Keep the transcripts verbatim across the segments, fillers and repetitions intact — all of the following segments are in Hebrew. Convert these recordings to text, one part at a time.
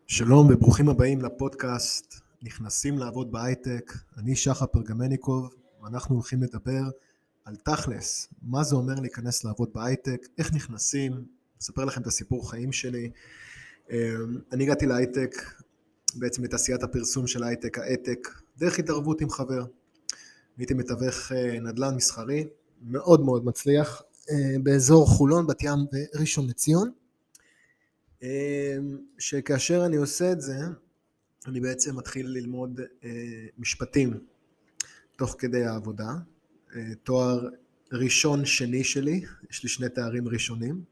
שלום וברוכים הבאים לפודקאסט נכנסים לעבוד בהייטק. אני שחר פרגמניקוב ואנחנו הולכים לדבר על תכלס, מה זה אומר להיכנס לעבוד בהייטק, איך נכנסים, אספר לכם את הסיפור חיים שלי. אני הגעתי להייטק, בעצם לתעשיית הפרסום של ההייטק, ההייטק, דרך התערבות עם חבר. הייתי מתווך נדל"ן מסחרי, מאוד מאוד מצליח, באזור חולון, בת ים וראשון לציון. שכאשר אני עושה את זה, אני בעצם מתחיל ללמוד משפטים תוך כדי העבודה, תואר ראשון שני שלי, יש לי שני תארים ראשונים.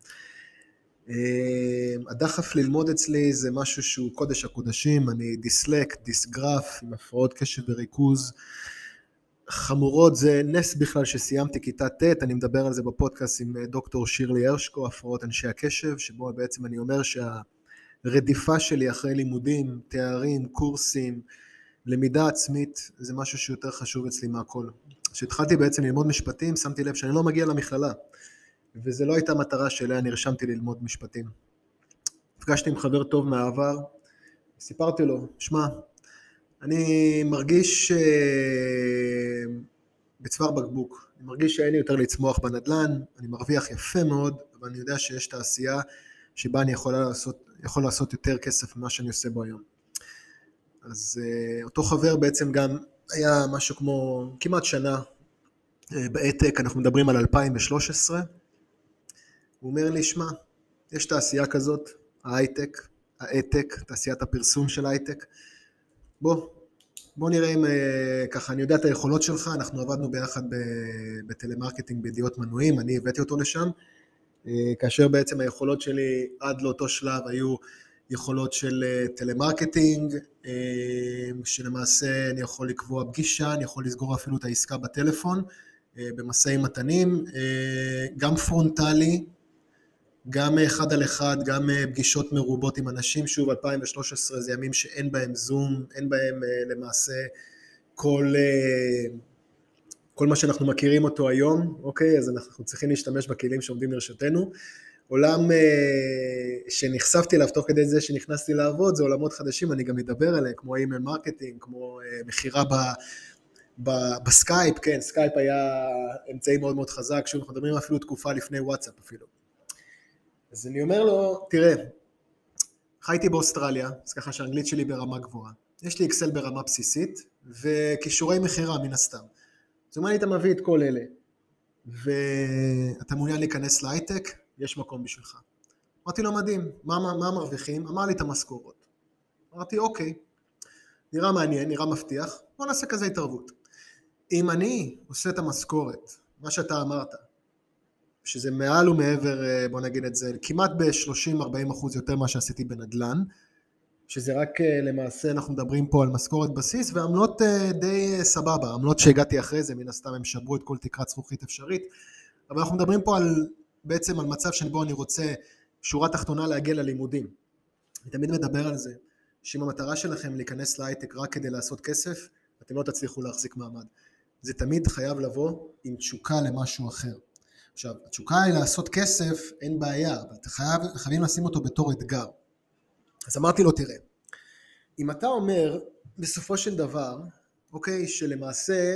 הדחף ללמוד אצלי זה משהו שהוא קודש הקודשים, אני דיסלקט, דיסגרף, עם הפרעות קשב וריכוז חמורות, זה נס בכלל שסיימתי כיתה ט', אני מדבר על זה בפודקאסט עם דוקטור שירלי הרשקו, הפרעות אנשי הקשב, שבו בעצם אני אומר שהרדיפה שלי אחרי לימודים, תארים, קורסים, למידה עצמית, זה משהו שיותר חשוב אצלי מהכל. כשהתחלתי בעצם ללמוד משפטים, שמתי לב שאני לא מגיע למכללה, וזה לא הייתה מטרה שאליה נרשמתי ללמוד משפטים. פגשתי עם חבר טוב מהעבר, סיפרתי לו, שמע, אני מרגיש בצוואר בקבוק, אני מרגיש שאין לי יותר לצמוח בנדל"ן, אני מרוויח יפה מאוד, אבל אני יודע שיש תעשייה שבה אני יכול לעשות, יכול לעשות יותר כסף ממה שאני עושה בו היום. אז אותו חבר בעצם גם היה משהו כמו כמעט שנה בהייטק, אנחנו מדברים על אלפיים ושלוש עשרה, הוא אומר לי, שמע, יש תעשייה כזאת, ההייטק, ההייטק, תעשיית הפרסום של ההייטק, בוא, בוא נראה אם ככה, אני יודע את היכולות שלך, אנחנו עבדנו ביחד בטלמרקטינג בידיעות מנויים, אני הבאתי אותו לשם, כאשר בעצם היכולות שלי עד לאותו שלב היו יכולות של טלמרקטינג, שלמעשה אני יכול לקבוע פגישה, אני יכול לסגור אפילו את העסקה בטלפון, במשאים מתנים, גם פרונטלי, גם אחד על אחד, גם פגישות מרובות עם אנשים, שוב אלפיים ושלוש עשרה זה ימים שאין בהם זום, אין בהם למעשה כל, כל מה שאנחנו מכירים אותו היום, אוקיי? אז אנחנו צריכים להשתמש בכלים שעומדים לרשותנו. עולם שנחשפתי אליו תוך כדי זה שנכנסתי לעבוד, זה עולמות חדשים, אני גם אדבר עליהם, כמו אימייל מרקטינג, כמו מחירה ב... בסקייפ, כן, סקייפ היה אמצעי מאוד מאוד חזק, שוב אנחנו מדברים אפילו תקופה לפני וואטסאפ אפילו. אז אני אומר לו, תראה, חייתי באוסטרליה, אז ככה שהאנגלית שלי ברמה גבוהה, יש לי אקסל ברמה בסיסית, וקישורי מחירה מן הסתם. זאת אומרת, אתה מביא את כל אלה, ואתה מעוניין להיכנס להייטק, יש מקום בשבילך. אמרתי לו, מדהים, מה, מה, מה מרוויחים? אמר לי את המשכורות. אמרתי, אוקיי, נראה מעניין, נראה מבטיח, בוא נעשה כזה התערבות. אם אני עושה את המשכורת, מה שאתה אמרת, שזה מעל ומעבר, בוא נגיד את זה, כמעט ב-שלושים עד ארבעים אחוז יותר מה שעשיתי בנדל"ן, שזה רק למעשה אנחנו מדברים פה על משכורת בסיס, ועמלות די סבבה, עמלות שהגעתי אחרי זה, מן הסתם הם שברו את כל תקרת זכוכית אפשרית, אבל אנחנו מדברים פה על, בעצם על מצב שבו אני רוצה שורה תחתונה להגיע ללימודים. אני תמיד מדבר על זה, שאם המטרה שלכם להיכנס להייטק רק כדי לעשות כסף, אתם לא תצליחו להחזיק מעמד. זה תמיד חייב לבוא עם תשוקה למשהו אחר. עכשיו, התשוקה היא לעשות כסף, אין בעיה, אבל אתה חייב, חייבים לשים אותו בתור אתגר. אז אמרתי לו, תראה, אם אתה אומר, בסופו של דבר, אוקיי, שלמעשה,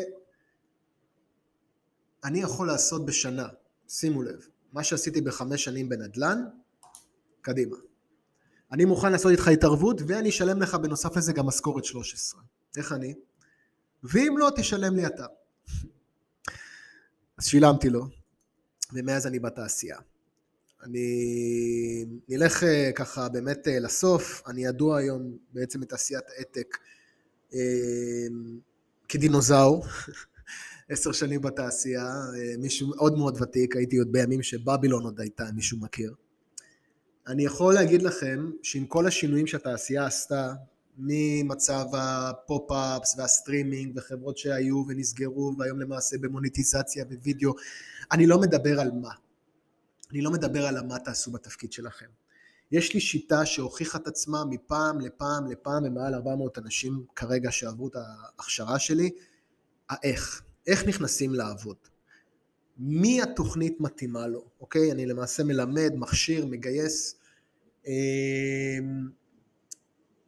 אני יכול לעשות בשנה, שימו לב, מה שעשיתי בחמש שנים בנדל"ן, קדימה. אני מוכן לעשות איתך התערבות, ואני אשלם לך בנוסף לזה גם משכורת שלוש עשרה. איך אני? ואם לא, תשלם לי אתה. אז שילמתי לו. ומאז אני בתעשייה. אני נלך ככה באמת לסוף, אני ידוע היום בעצם בתעשיית ההייטק כדינוזאור, עשר שנים בתעשייה, מישהו מאוד מאוד ותיק, הייתי עוד בימים שבבילון עוד הייתה, מישהו מכיר. אני יכול להגיד לכם שעם כל השינויים שהתעשייה עשתה, ממצב הפופ-אפס והסטרימינג וחברות שהיו ונסגרו והיום למעשה במוניטיזציה ווידאו, אני לא מדבר על מה. אני לא מדבר על מה תעשו בתפקיד שלכם. יש לי שיטה שהוכיחה את עצמה מפעם לפעם לפעם ומעל ארבע מאות אנשים כרגע שעברו את ההכשרה שלי. האיך, איך נכנסים לעבוד. מי התוכנית מתאימה לו, אוקיי? אני למעשה מלמד, מכשיר, מגייס.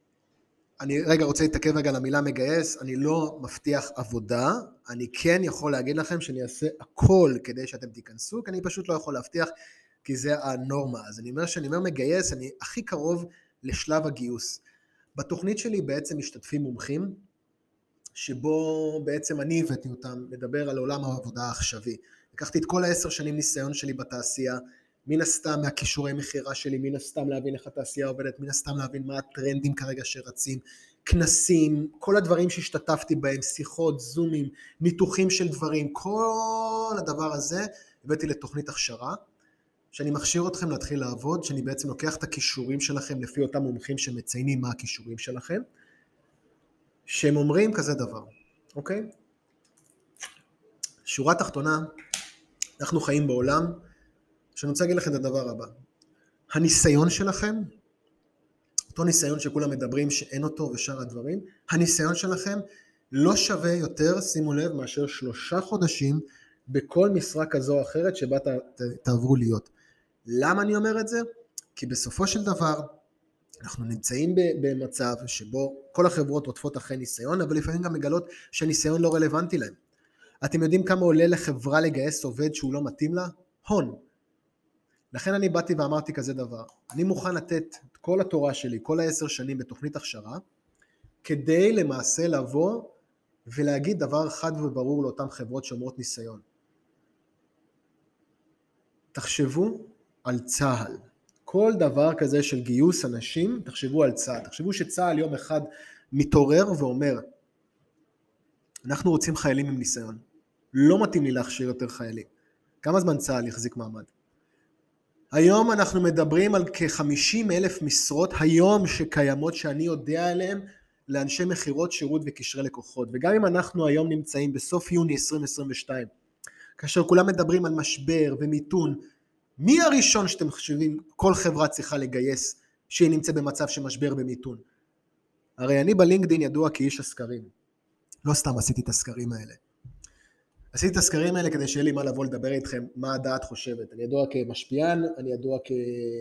אני רגע רוצה להתעכב רגע על המילה מגייס, אני לא מבטיח עבודה, אני כן יכול להגיד לכם שאני אעשה הכל כדי שאתם תיכנסו, כי אני פשוט לא יכול להבטיח, כי זה הנורמה. אז אני אומר שאני אומר מגייס, אני הכי קרוב לשלב הגיוס. בתוכנית שלי בעצם משתתפים מומחים, שבו בעצם אני הבאתי אותם לדבר על עולם העבודה העכשווי. לקחתי את כל העשר שנים ניסיון שלי בתעשייה, מן הסתם מהכישורי מחירה שלי, מן הסתם להבין איך התעשייה עובדת, מן הסתם להבין מה הטרנדים כרגע שרצים, כנסים, כל הדברים שהשתתפתי בהם, שיחות, זומים, ניתוחים של דברים, כל הדבר הזה הבאתי לתוכנית הכשרה, שאני מכשיר אתכם להתחיל לעבוד, שאני בעצם לוקח את הכישורים שלכם לפי אותם מומחים שמציינים מה הכישורים שלכם, שהם אומרים כזה דבר, אוקיי? שורה תחתונה, אנחנו חיים בעולם, שאני רוצה להגיד לכם את הדבר הבא. הניסיון שלכם, אותו ניסיון שכולם מדברים שאין אותו ושאר הדברים, הניסיון שלכם לא שווה יותר, שימו לב, מאשר שלושה חודשים בכל משרה כזו או אחרת שבה ת, ת, תעברו להיות. למה אני אומר את זה? כי בסופו של דבר, אנחנו נמצאים במצב שבו כל החברות רודפות אחרי ניסיון, אבל לפעמים גם מגלות שהניסיון לא רלוונטי להם. אתם יודעים כמה עולה לחברה לגייס עובד שהוא לא מתאים לה? הון. לכן אני באתי ואמרתי כזה דבר, אני מוכן לתת את כל התורה שלי, כל העשר שנים בתוכנית הכשרה, כדי למעשה לבוא ולהגיד דבר חד וברור לאותן חברות שאומרות ניסיון. תחשבו על צה"ל. כל דבר כזה של גיוס אנשים, תחשבו על צה"ל. תחשבו שצה"ל יום אחד מתעורר ואומר, אנחנו רוצים חיילים עם ניסיון. לא מתאים לי להכשיר יותר חיילים. כמה זמן צה"ל יחזיק מעמד? היום אנחנו מדברים על כ-חמישים אלף משרות היום שקיימות שאני יודע עליהן לאנשי מחירות, שירות וקשרי לקוחות. וגם אם אנחנו היום נמצאים בסוף יוני עשרים עשרים ושתיים, כאשר כולם מדברים על משבר ומיתון, מי הראשון שאתם חושבים כל חברה צריכה לגייס שהיא נמצאת במצב של משבר ומיתון? הרי אני בלינקדין ידוע כאיש הסקרים. לא סתם עשיתי את הסקרים האלה. עשיתי את הסקרים האלה כדי שיהיה לי מה לבוא לדבר איתכם, מה הדעת חושבת. אני ידוע כמשפיען, אני ידוע כ...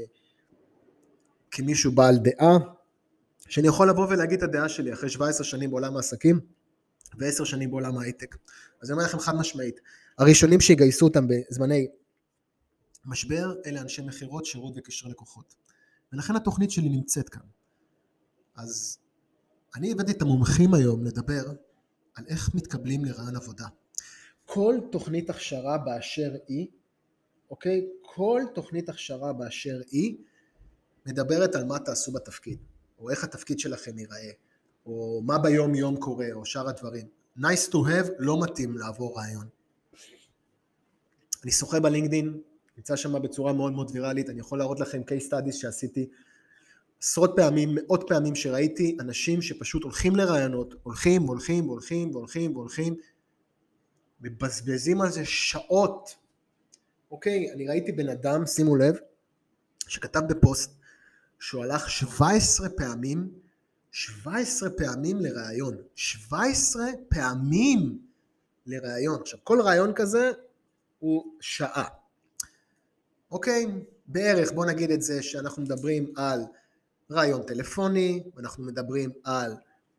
כמישהו בעל דעה, שאני יכול לבוא ולהגיד את הדעה שלי אחרי שבע עשרה שנים בעולם העסקים, ו-עשר שנים בעולם ההייטק. אז אני אומר לכם חד משמעית, הראשונים שיגייסו אותם בזמני משבר, אלה אנשי מחירות, שירות וקשרי לקוחות. ולכן התוכנית שלי נמצאת כאן. אז אני הבאתי את המומחים היום לדבר על איך מתקבלים לרעיון עבודה. כל תוכנית הכשרה באשר היא, אוקיי? כל תוכנית הכשרה באשר היא, מדברת על מה תעשו בתפקיד, או איך התפקיד שלכם ייראה, או מה ביום יום קורה, או שאר הדברים. nice to have לא מתאים לעבור רעיון. אני שוחה בלינקדין, נמצא שם בצורה מאוד מאוד ויראלית, אני יכול להראות לכם case studies שעשיתי, עשרות פעמים, מאות פעמים שראיתי אנשים שפשוט הולכים לרעיונות, הולכים והולכים והולכים והולכים והולכים, מבזבזים על זה שעות. אוקיי, אני ראיתי בן אדם, שימו לב, שכתב בפוסט, שהוא הלך שבע עשרה פעמים, שבע עשרה פעמים לרעיון, שבע עשרה פעמים לרעיון. עכשיו, כל רעיון כזה הוא שעה. אוקיי, בערך, בוא נגיד את זה, שאנחנו מדברים על רעיון טלפוני, ואנחנו מדברים על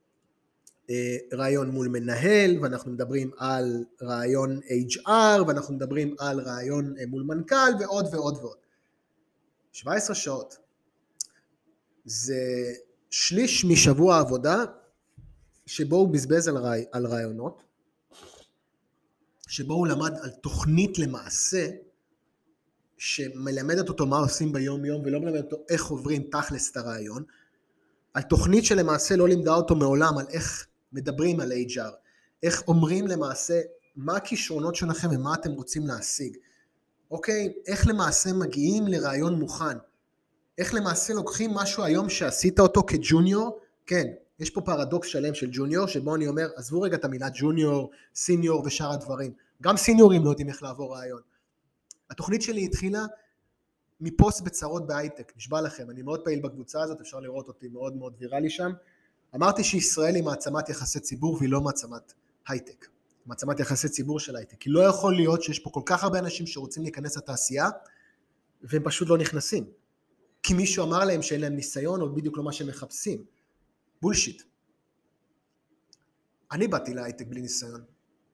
רעיון מול מנהל, ואנחנו מדברים על רעיון אייץ' אר, ואנחנו מדברים על רעיון מול מנכ"ל, ועוד ועוד ועוד. שבע עשרה שעות. זה שליש משבוע העבודה, שבו הוא בזבז על, רעי, על רעיונות, שבו הוא למד על תוכנית למעשה, שמלמדת אותו מה עושים ביום יום, ולא מלמדת אותו איך עוברים תכלס את הרעיון, על תוכנית שלמעשה לא לימדה אותו מעולם, על איך מדברים על אייץ' אר, איך אומרים למעשה מה הכישרונות שלכם ומה אתם רוצים להשיג. אוקיי, איך למעשה מגיעים לרעיון מוכן, איך למעשה לוקחים משהו היום שעשית אותו כג'וניור, כן, יש פה פרדוקס שלם של ג'וניור, שבו אני אומר, עזבו רגע את המילה ג'וניור, סיניור ושאר הדברים, גם סיניורים לא יודעים איך לעבור רעיון. התוכנית שלי התחילה מפוסט בצרות בהייטק, נשבע לכם, אני מאוד פעיל בקבוצה הזאת, אפשר לראות אותי מאוד מאוד ויראלי שם. אמרתי שישראל היא מעצמת יחסי ציבור והיא לא מעצמת הייטק, מעצמת יחסי ציבור של הייטק, כי לא יכול להיות שיש פה כל כך הרבה אנשים שרוצים להיכנס לתעשייה, והם פשוט לא נכנסים, כי מישהו אמר להם שאין להם ניסיון, או בדיוק לא מה שהם מחפשים. בולשיט. אני באתי להייטק בלי ניסיון.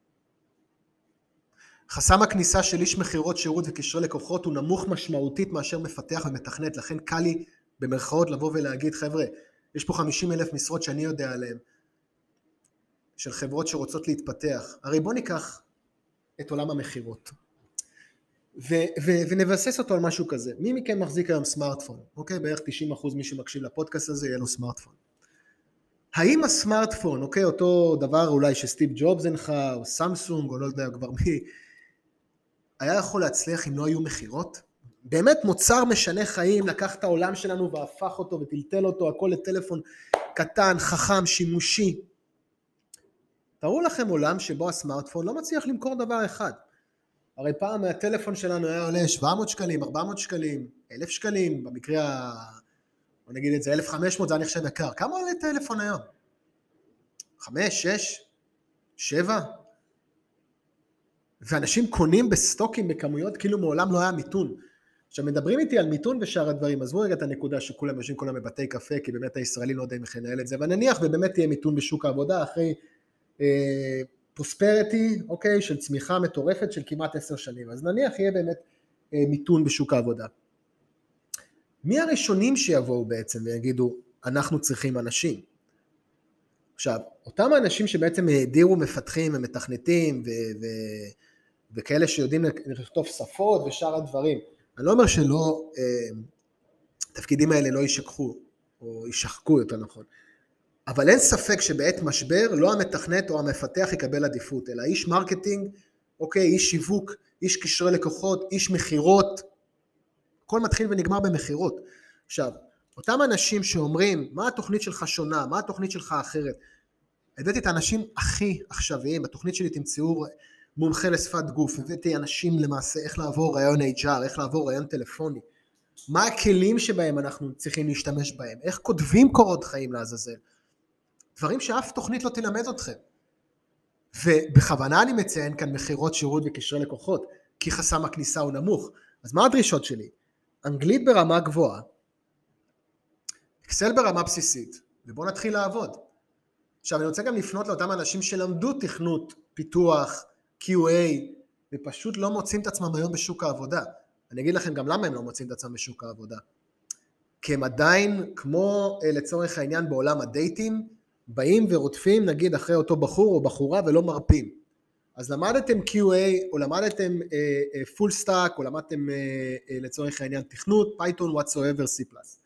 חסם הכניסה של איש מחירות שירות וקשרי לקוחות הוא נמוך משמעותית מאשר מפתח ומתכנת, לכן קל לי במרכאות לבוא ולהגיד, חבר'ה, יש פה חמישים אלף משרות שאני יודע עליהן, של חברות שרוצות להתפתח. הרי בוא ניקח את עולם המחירות, ו- ו- ונבסס אותו על משהו כזה. מי מכם מחזיק היום סמארטפון? אוקיי, בערך תשעים אחוז מי שמקשיב לפודקאסט הזה יהיה לו סמארטפון. האם הסמארטפון, אוקיי, אותו דבר אולי שסטיב ג'ובס הנחה, או סמסונג, או לא יודע כבר מי, היה יכול להצליח אם לא היו מחירות? באמת מוצר משנה חיים, לקח את העולם שלנו והפך אותו וטלטל אותו, הכל לטלפון קטן, חכם, שימושי. תראו לכם עולם שבו הסמארטפון לא מצליח למכור דבר אחד. הרי פעם הטלפון שלנו היה עולה שבע מאות שקלים, ארבע מאות שקלים, אלף שקלים, במקרה ה... בוא נגיד את זה, אלף וחמש מאות, זה היה נחשב יקר. כמה עולה טלפון היום? חמש, שש, שבע? ואנשים קונים בסטוקים בכמויות, כאילו מעולם לא היה מיתון. עכשיו מדברים איתי על מיתון ושאר הדברים, עזבו רגע את הנקודה שכולם יושבים כולם בבתי קפה, כי באמת הישראלי לא יודע אם ינהל את זה, ונניח ובאמת תהיה מיתון בשוק העבודה, אחרי אה, פרוספריטי, אוקיי, של צמיחה מטורפת של כמעט עשר שנים, אז נניח יהיה באמת אה, מיתון בשוק העבודה. מי הראשונים שיבואו בעצם ויגידו, אנחנו צריכים אנשים? עכשיו, אותם האנשים שבעצם העדירו מפתחים ומתכנתים ו... ו... וכאלה שיודעים לכתוב שפות ושאר הדברים, אני לא אומר שלא, התפקידים האלה לא יישכחו, או יישחקו יותר נכון, אבל אין ספק שבעת משבר לא המתכנת או המפתח יקבל עדיפות, אלא איש מרקטינג, אוקיי, איש שיווק, איש קשרי לקוחות, איש מחירות, הכל מתחיל ונגמר במחירות. עכשיו, אותם אנשים שאומרים, מה התוכנית שלך שונה, מה התוכנית שלך אחרת, הבאתי את האנשים הכי עכשוויים, בתוכנית שלי תמצאו מומחה לשפת גוף, הבאתי אנשים למעשה איך לעבור רעיון אייץ' אר, איך לעבור רעיון טלפוני, מה הכלים שבהם אנחנו צריכים להשתמש בהם, איך כותבים קורות חיים לעזאזל, דברים שאף תוכנית לא תלמד אתכם. ובכוונה אני מציין כאן מחירות שירות וקשרי לקוחות, כי חסם הכניסה הוא נמוך. אז מה הדרישות שלי? אנגלית ברמה גבוהה, אקסל ברמה בסיסית, ובואו נתחיל לעבוד. עכשיו אני רוצה גם לפנות לאותם אנשים שלמדו תכנות, פיתוח, קיו איי, ופשוט לא מוצאים את עצמם היום בשוק העבודה. אני אגיד לכם גם למה הם לא מוצאים את עצמם בשוק העבודה. כי הם עדיין, כמו לצורך העניין בעולם הדייטים, באים ורודפים נגיד אחרי אותו בחור או בחורה ולא מרפים. אז למדתם קיו איי או למדתם פול סטאק או למדתם לצורך העניין תכנות, פייתון, whatsoever, C פלאס.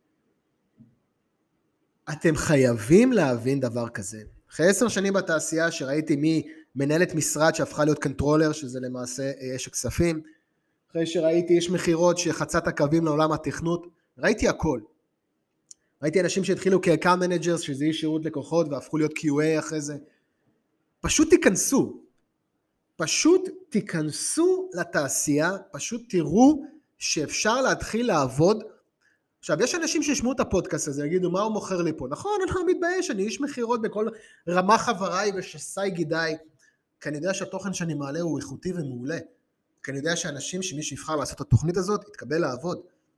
אתם חייבים להבין דבר כזה. אחרי עשר שנים בתעשייה שראיתי מי מנהלת משרד שהפכה להיות קנטרולר, שזה למעשה יש הכספים, אחרי שראיתי יש מחירות שחצת הקווים לעולם התכנות, ראיתי הכל. ראיתי אנשים שהתחילו כ-account managers, שזה איש שירות לקוחות, והפכו להיות קיו איי אחרי זה. פשוט תיכנסו. פשוט תיכנסו לתעשייה, פשוט תראו שאפשר להתחיל לעבוד. עכשיו, יש אנשים שישמעו את הפודקאסט הזה, יגידו, מה הוא מוכר לי פה? נכון, אני לא מתבייש, אני איש מחירות בכל רמה חבריי ושסי גידיי, כי אני יודע שהתוכן שאני מעלה הוא איכותי ומעולה, כי אני יודע שאנשים, שמי שיבחר לעשות את התוכנית הזאת, יתקבל לעבוד.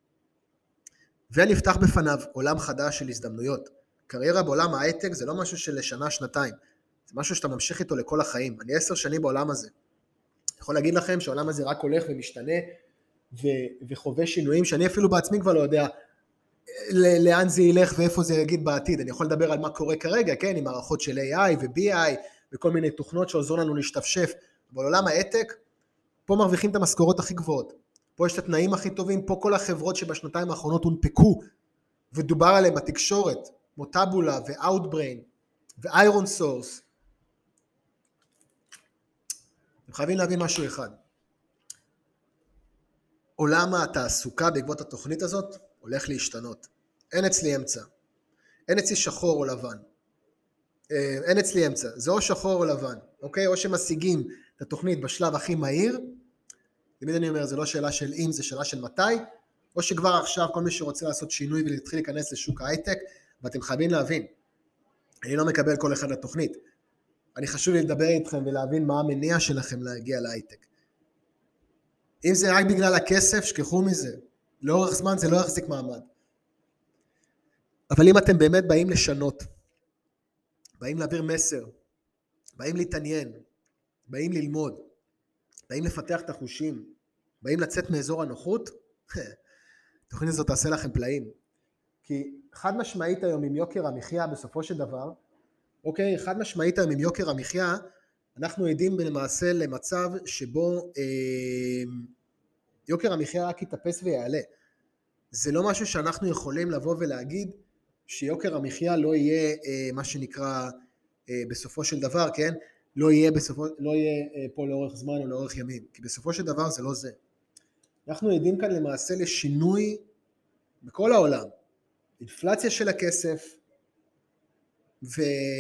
ונפתח בפניו עולם חדש של הזדמנויות. קריירה בעולם ההייטק זה לא משהו של שנה, שנתיים, זה משהו שאתה ממשיך איתו לכל החיים. אני עשר שנים בעולם הזה. אני יכול להגיד לכם שהעולם הזה רק הולך ומשתנה, ו- וחווה שינויים שאני אפילו בעצמי כבר לא יודע לאן זה ילך ואיפה זה יגיד בעתיד. אני יכול לדבר על מה קורה כרגע, כן, עם מערכות של איי איי ו-בי איי וכל מיני תוכנות שעוזרו לנו להשתפשף. אבל עולם ההייטק, פה מרוויחים את המשכורות הכי גבוהות. פה יש את התנאים הכי טובים, פה כל החברות שבשנתיים האחרונות הונפקו ודובר עליהם בתקשורת, כמו טאבולה ו-Outbrain ו-Iron Source. אתם חייבים להבין משהו אחד. עולם התעסוקה בעקבות התוכנית הזאת הולך להשתנות. אין אצלי אמצע. אין אצלי שחור או לבן. אין אצלי אמצע. זה או שחור או לבן. אוקיי? או שמשיגים את התוכנית בשלב הכי מהיר. תמיד אני אומר, זה לא שאלה של אם, זה שאלה של מתי. או שכבר עכשיו כל מי שרוצה לעשות שינוי ולהתחיל להיכנס לשוק ההייטק, ואתם חייבים להבין. אני לא מקבל כל אחד לתוכנית. אני חשוב לי לדבר איתכם ולהבין מה המניע שלכם להגיע להייטק. אם זה רק בגלל הכסף, שכחו מזה. לאורך זמן זה לא יחזיק מעמד. אבל אם אתם באמת באים לשנות, באים להעביר מסר, באים להתעניין, באים ללמוד, באים לפתח את החושים, באים לצאת מאזור הנוחות, התוכנית הזאת תעשה לכם פלאים. כי חד משמעית היום עם יוקר המחיה בסופו של דבר, אוקיי, חד משמעית היום עם יוקר המחיה, אנחנו עדים למעשה למצב שבו אה, יוקר המחיה רק יתאפס ויעלה. זה לא משהו שאנחנו יכולים לבוא ולהגיד שיוקר המחיה לא יהיה אה, מה שנקרא אה, בסופו של דבר, כן? לא יהיה, בסופו, לא יהיה אה, פה לאורך זמן או לאורך ימים, כי בסופו של דבר זה לא זה. אנחנו עדים כאן למעשה לשינוי בכל העולם, אינפלציה של הכסף, ו...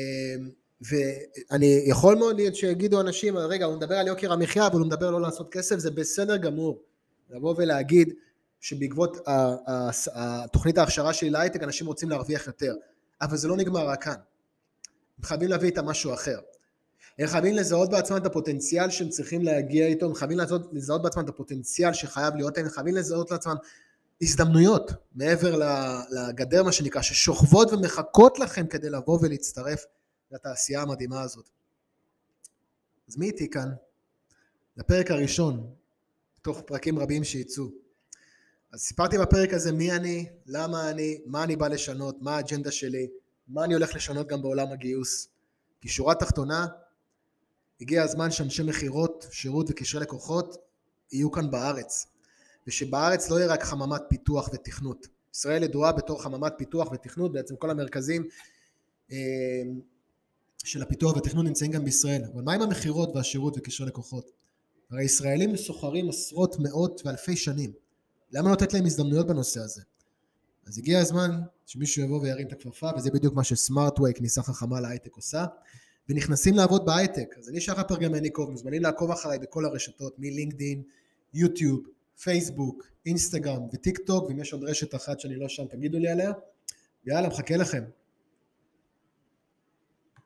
ואני יכול מאוד להיות שיגידו אנשים, רגע, הוא מדבר על יוקר המחיה, אבל הוא מדבר לא לעשות כסף, זה בסדר גמור. לבוא ולהגיד שבעקבות התוכנית ההכשרה שלי להייטק, אנשים רוצים להרוויח יותר, אבל זה לא נגמר רק כאן. הם חייבים להביא איתם משהו אחר. הם חייבים לזהות בעצמם את הפוטנציאל שהם צריכים להגיע איתו, הם חייבים לזהות, לזהות בעצמם את הפוטנציאל שחייב להיות, הם חייבים לזהות לעצמם הזדמנויות, מעבר לגדר מה שנקרא, ששוכבות ומחכות לכם כדי לבוא ולהצטרף לתעשייה המדהימה הזאת. אז מי איתי כאן? לפרק הראשון, תוך פרקים רבים שיצאו. אז סיפרתי בפרק הזה מי אני, למה אני, מה אני בא לשנות, מה האג'נדה שלי, מה אני הולך לשנות גם בעולם הגיוס. כי שורה תחתונה, הגיע הזמן שאנשי מחירות, שירות וקשרי לקוחות יהיו כאן בארץ. ושבארץ לא יהיה רק חממת פיתוח ותכנות. ישראל ידועה בתור חממת פיתוח ותכנות, בעצם כל המרכזים של הפיתוח והתכנות נמצאים גם בישראל. אבל מה עם המחירות והשירות וקשרי לקוחות? הרי ישראלים סוחרים עשרות מאות ואלפי שנים. למה לא לתת להם הזדמנויות בנושא הזה? אז הגיע הזמן שמישהו יבוא וירים את הכפפה, וזה בדיוק מה שסמארטווי, כניסה חכמה להייטק עושה, ונכנסים לעבוד בהייטק. אז אני שחר פרגמניקוב, מוזמנים לעקוב אחריי בכל הרשתות, מלינקדין, יוטיוב, פייסבוק, אינסטגרם וטיק טוק, ואם יש עוד רשת אחת שאני לא שם, תגידו לי עליה. יאללה, מחכה לכם.